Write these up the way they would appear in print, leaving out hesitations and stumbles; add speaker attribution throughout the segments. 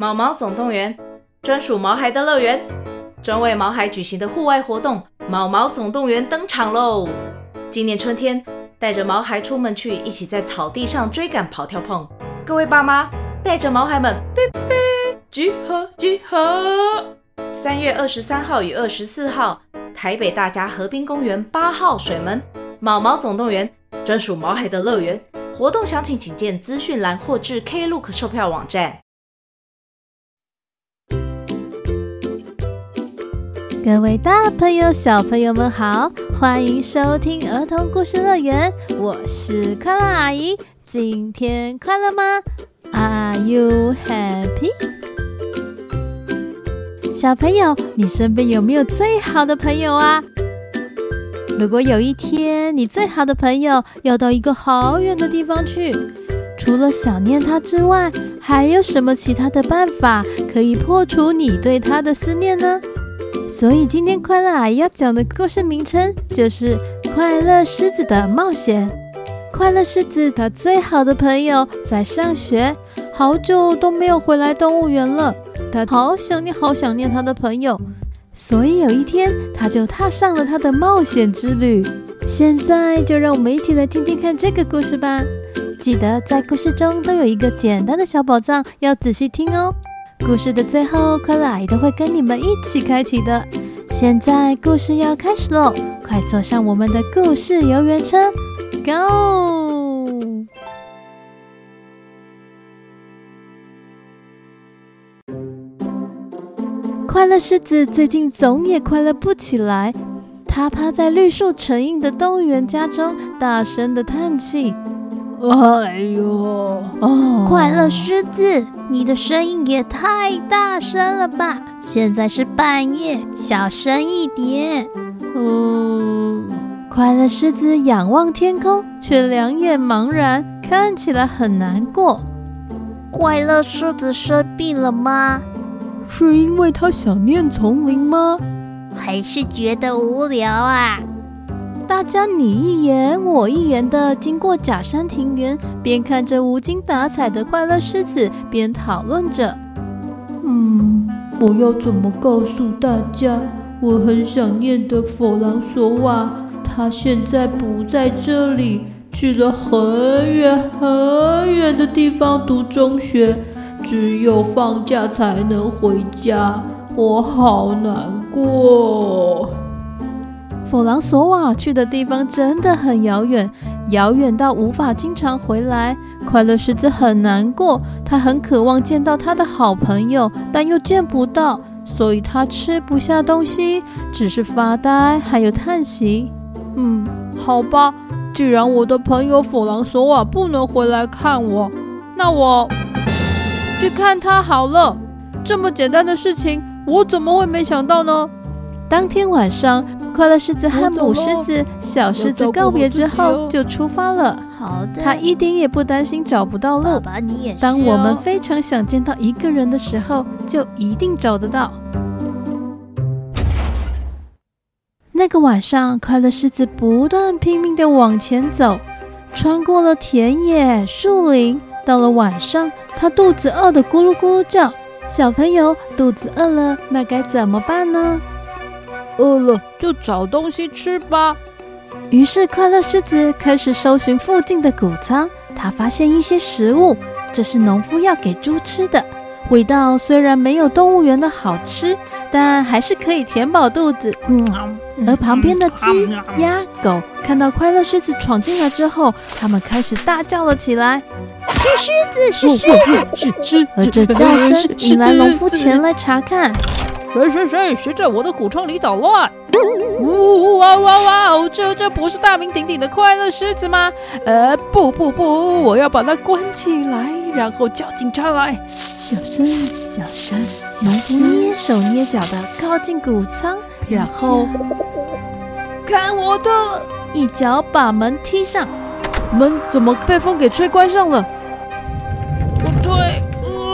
Speaker 1: 毛毛总动员，专属毛孩的乐园，专为毛孩举行的户外活动毛毛总动员登场喽！今年春天，带着毛孩出门去，一起在草地上追赶跑跳碰。各位爸妈，带着毛孩们，集合集合！3月23号与24号，台北大家河滨公园8号水门毛毛总动员，专属毛孩的乐园。活动详情请见资讯栏或至 Klook 售票网站。
Speaker 2: 各位大朋友小朋友们好，欢迎收听儿童故事乐园，我是快乐阿姨。今天快乐吗？ Are you happy？ 小朋友，你身边有没有最好的朋友啊？如果有一天你最好的朋友要到一个好远的地方去，除了想念他之外，还有什么其他的办法可以破除你对他的思念呢？所以今天快乐阿姨要讲的故事名称就是快乐狮子的冒险。快乐狮子他最好的朋友在上学，好久都没有回来动物园了，他好想念他的朋友，所以有一天他就踏上了他的冒险之旅。现在就让我们一起来听听看这个故事吧。记得在故事中都有一个简单的小宝藏，要仔细听哦。故事的最后，快乐阿姨都会跟你们一起开启的。现在故事要开始咯，快坐上我们的故事游园车 ，Go！ 快乐狮子最近总也快乐不起来，他趴在绿树成荫的动物园家中，大声的叹气。
Speaker 3: 哎呦，
Speaker 4: 快乐狮子，你的声音也太大声了吧！现在是半夜，小声一点。
Speaker 2: 快乐狮子仰望天空，却两眼茫然，看起来很难过。
Speaker 4: 快乐狮子生病了吗？
Speaker 3: 是因为他想念丛林吗？
Speaker 4: 还是觉得无聊啊？
Speaker 2: 大家你一言我一言的经过假山庭园，边看着无精打采的快乐狮子，边讨论着。
Speaker 3: 我要怎么告诉大家我很想念的弗朗索瓦，他现在不在这里，去了很远很远的地方读中学，只有放假才能回家，我好难过。
Speaker 2: 弗朗索瓦去的地方真的很遥远，遥远到无法经常回来。快乐狮子很难过，他很渴望见到他的好朋友，但又见不到，所以他吃不下东西，只是发呆还有叹息。
Speaker 3: 好吧，既然我的朋友弗朗索瓦不能回来看我，那我去看他好了。这么简单的事情，我怎么会没想到呢？
Speaker 2: 当天晚上，快乐狮子和母狮子、小狮子告别之后就出发了。
Speaker 4: 好的，
Speaker 2: 他一点也不担心找不到路。
Speaker 4: 爸爸你也是哦。
Speaker 2: 当我们非常想见到一个人的时候，就一定找得到。那个晚上，快乐狮子不断拼命地往前走，穿过了田野、树林。到了晚上，他肚子饿得咕噜咕噜叫。小朋友，肚子饿了，那该怎么办呢？
Speaker 3: 饿了就找东西吃吧。
Speaker 2: 于是快乐狮子开始搜寻附近的谷仓，他发现一些食物，这是农夫要给猪吃的。味道虽然没有动物园的好吃，但还是可以填饱肚子。而旁边的鸡、鸭、狗看到快乐狮子闯进来之后，他们开始大叫了起来。
Speaker 4: 是狮子！
Speaker 2: 而这叫声引来农夫前来查看。
Speaker 3: 谁在我的谷仓里捣乱？哇！这不是大名鼎鼎的快乐狮子吗？不，我要把它关起来，然后叫警察来。
Speaker 2: 小声，农夫捏手捏脚的靠近谷仓，然后
Speaker 3: 看我的！
Speaker 2: 一脚把门踢上。
Speaker 3: 门怎么被风给吹关上了？不对，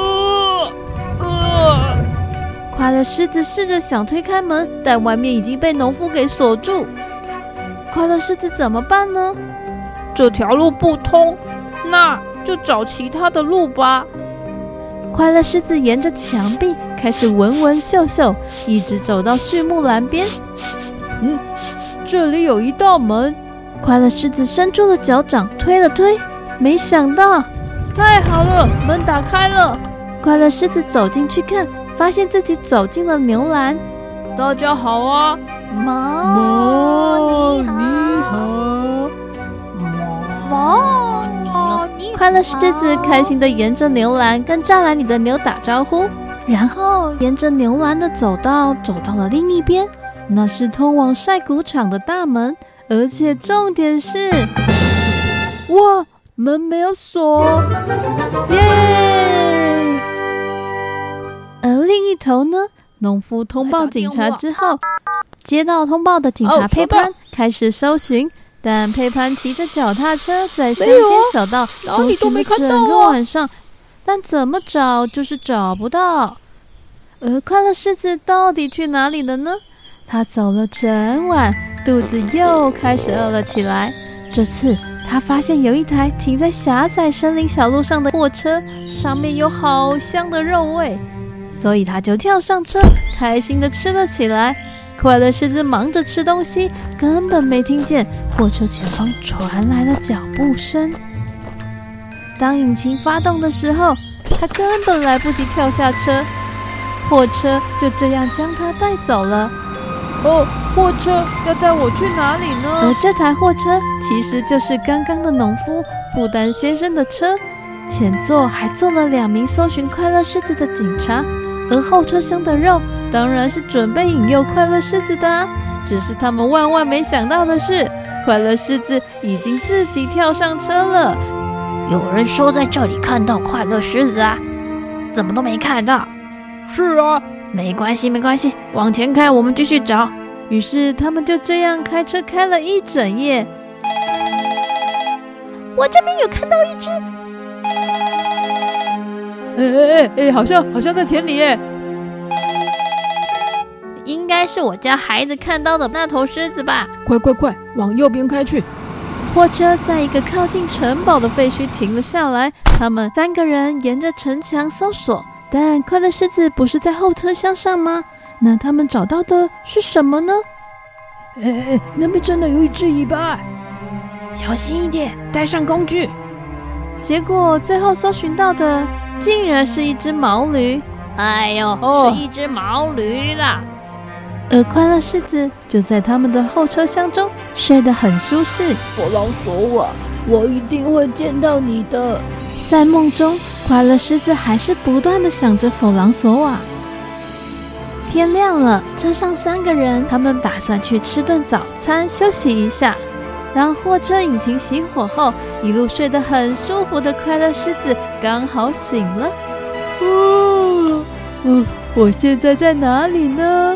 Speaker 2: 快乐狮子试着想推开门，但外面已经被农夫给锁住。快乐狮子怎么办呢？
Speaker 3: 这条路不通，那就找其他的路吧。
Speaker 2: 快乐狮子沿着墙壁开始闻闻嗅嗅，一直走到畜牧栏边。
Speaker 3: 这里有一道门。
Speaker 2: 快乐狮子伸出了脚掌推了推，没想到，
Speaker 3: 太好了，门打开了。
Speaker 2: 快乐狮子走进去看，发现自己走进了牛栏。
Speaker 3: 大家好啊！
Speaker 4: 猫
Speaker 3: 你好。
Speaker 4: 猫
Speaker 2: 快乐狮子开心地沿着牛栏跟栅栏里的牛打招呼，然后沿着牛栏的走道走到了另一边，那是通往晒谷场的大门，而且重点是，
Speaker 3: 哇，门没有锁，
Speaker 2: 耶！而另一头呢，农夫通报警察之后，接到通报的警察佩潘开始搜寻。但佩潘骑着脚踏车在乡间小道搜寻了整个晚上，但怎么找就是找不到。而快乐狮子到底去哪里了呢？他走了整晚，肚子又开始饿了起来。这次他发现有一台停在狭窄森林小路上的货车，上面有好香的肉味，所以他就跳上车，开心地吃了起来。快乐狮子忙着吃东西，根本没听见货车前方传来了脚步声。当引擎发动的时候，他根本来不及跳下车，货车就这样将他带走了。
Speaker 3: 货车要带我去哪里呢？
Speaker 2: 而这台货车其实就是刚刚的农夫布丹先生的车，前座还坐了2名搜寻快乐狮子的警察，而后车厢的肉当然是准备引诱快乐狮子的啊。只是他们万万没想到的是，快乐狮子已经自己跳上车了。
Speaker 4: 有人说在这里看到快乐狮子啊，怎么都没看到？
Speaker 3: 是啊，
Speaker 4: 没关系，往前开，我们继续找。
Speaker 2: 于是他们就这样开车开了一整夜。
Speaker 4: 我这边有看到一只，
Speaker 3: 好像在田里耶。
Speaker 4: 应该是我家孩子看到的那头狮子吧？
Speaker 3: 快，往右边开去。
Speaker 2: 货车在一个靠近城堡的废墟停了下来，他们3个人沿着城墙搜索，但快乐狮子不是在后车厢上吗？那他们找到的是什么呢？
Speaker 3: 那边真的有一只尾巴，
Speaker 4: 小心一点，带上工具。
Speaker 2: 结果最后搜寻到的竟然是一只毛驴。
Speaker 4: 哎呦，是一只毛驴啦！
Speaker 2: 而快乐狮子就在他们的后车厢中睡得很舒适。
Speaker 3: 弗朗索瓦，我一定会见到你的。
Speaker 2: 在梦中，快乐狮子还是不断地想着弗朗索瓦。天亮了，车上3个人，他们打算去吃顿早餐，休息一下。当货车引擎熄火后，一路睡得很舒服的快乐狮子刚好醒了。
Speaker 3: 我现在在哪里呢？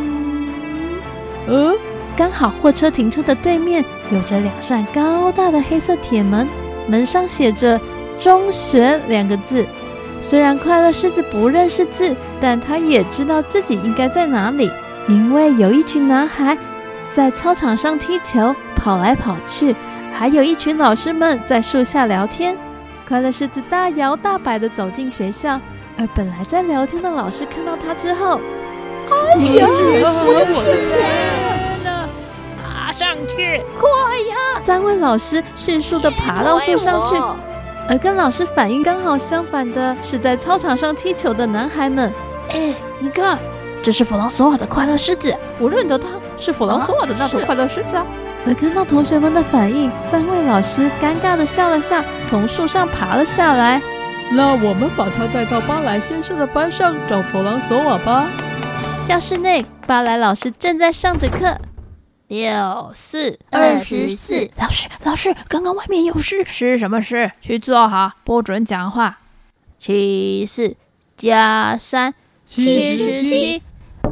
Speaker 2: 刚好货车停车的对面有着2扇高大的黑色铁门，门上写着中学2个字。虽然快乐狮子不认识字，但他也知道自己应该在哪里，因为有一群男孩在操场上踢球，跑来跑去，还有一群老师们在树下聊天。快乐狮子大摇大摆地走进学校，而本来在聊天的老师看到他之后，
Speaker 4: 哎呀，
Speaker 3: 我的
Speaker 4: 天哪！爬上去，快呀
Speaker 2: ！3位老师迅速地爬到树上去，而跟老师反应刚好相反的是在操场上踢球的男孩们。
Speaker 4: 你看，这是弗朗索瓦的快乐狮子，
Speaker 3: 我认得他，是弗朗索瓦的那头快乐狮子啊！
Speaker 2: 而看到同学们的反应，3位老师尴尬地笑了笑，从树上爬了下来。
Speaker 3: 那我们把他带到巴莱先生的班上找弗朗索瓦吧。
Speaker 2: 教室内，巴莱老师正在上着课。
Speaker 4: 6、4、24。老师，刚刚外面有事。
Speaker 5: 是什么事？去坐好，不准讲话。
Speaker 4: 74加3， 77。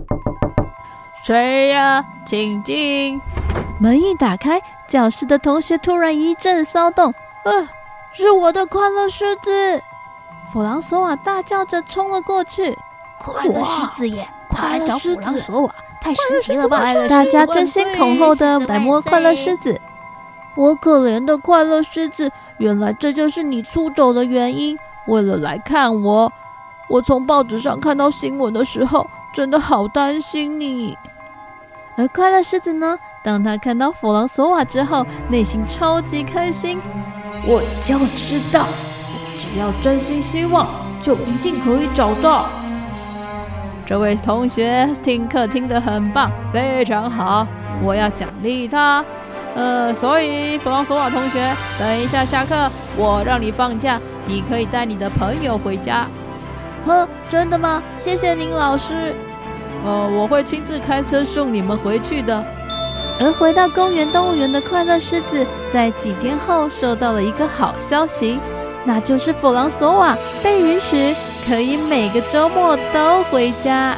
Speaker 5: 谁呀？请进。
Speaker 2: 门一打开，教室的同学突然一阵骚动。是我的快乐狮子！弗朗索瓦大叫着冲了过去。
Speaker 4: 快乐狮子耶！快来找弗朗索瓦！太神奇了吧！
Speaker 2: 大家争先恐后的来摸快乐狮子。我可怜的快乐狮子，原来这就是你出走的原因。为了来看我，
Speaker 3: 我从报纸上看到新闻的时候，真的好担心你。
Speaker 2: 而快乐狮子呢，当他看到弗朗索瓦之后，内心超级开心。
Speaker 3: 我就知道，只要真心希望，就一定可以找到。
Speaker 5: 这位同学听课听得很棒，非常好，我要奖励他。所以弗朗索瓦同学，等一下下课，我让你放假，你可以带你的朋友回家。
Speaker 3: 真的吗？谢谢您，老师。
Speaker 5: 我会亲自开车送你们回去的。
Speaker 2: 而回到公园动物园的快乐狮子，在几天后收到了一个好消息，那就是弗朗索瓦被允许可以每个周末都回家。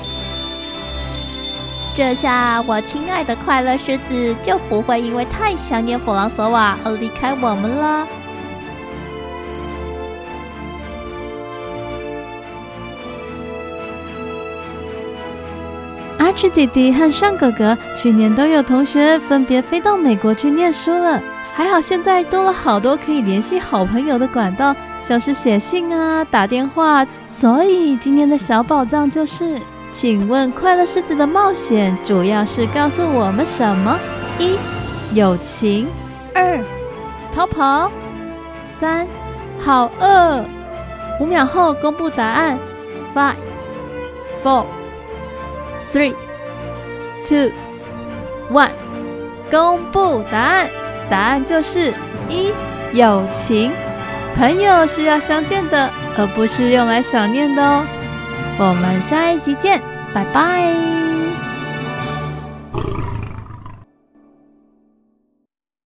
Speaker 4: 这下我亲爱的快乐狮子就不会因为太想念弗朗索瓦而离开我们了。
Speaker 2: 阿奇弟弟和尚哥哥去年都有同学分别飞到美国去念书了，还好现在多了好多可以联系好朋友的管道，像是写信啊、打电话。所以今天的小宝藏就是，请问快乐狮子的冒险主要是告诉我们什么？1. 友情， 2. 逃跑， 3. 好饿。5秒后公布答案。5 4 3 2 1，公布答案。答案就是1，友情。朋友是要相见的，而不是用来想念的哦。我们下一集见，拜拜。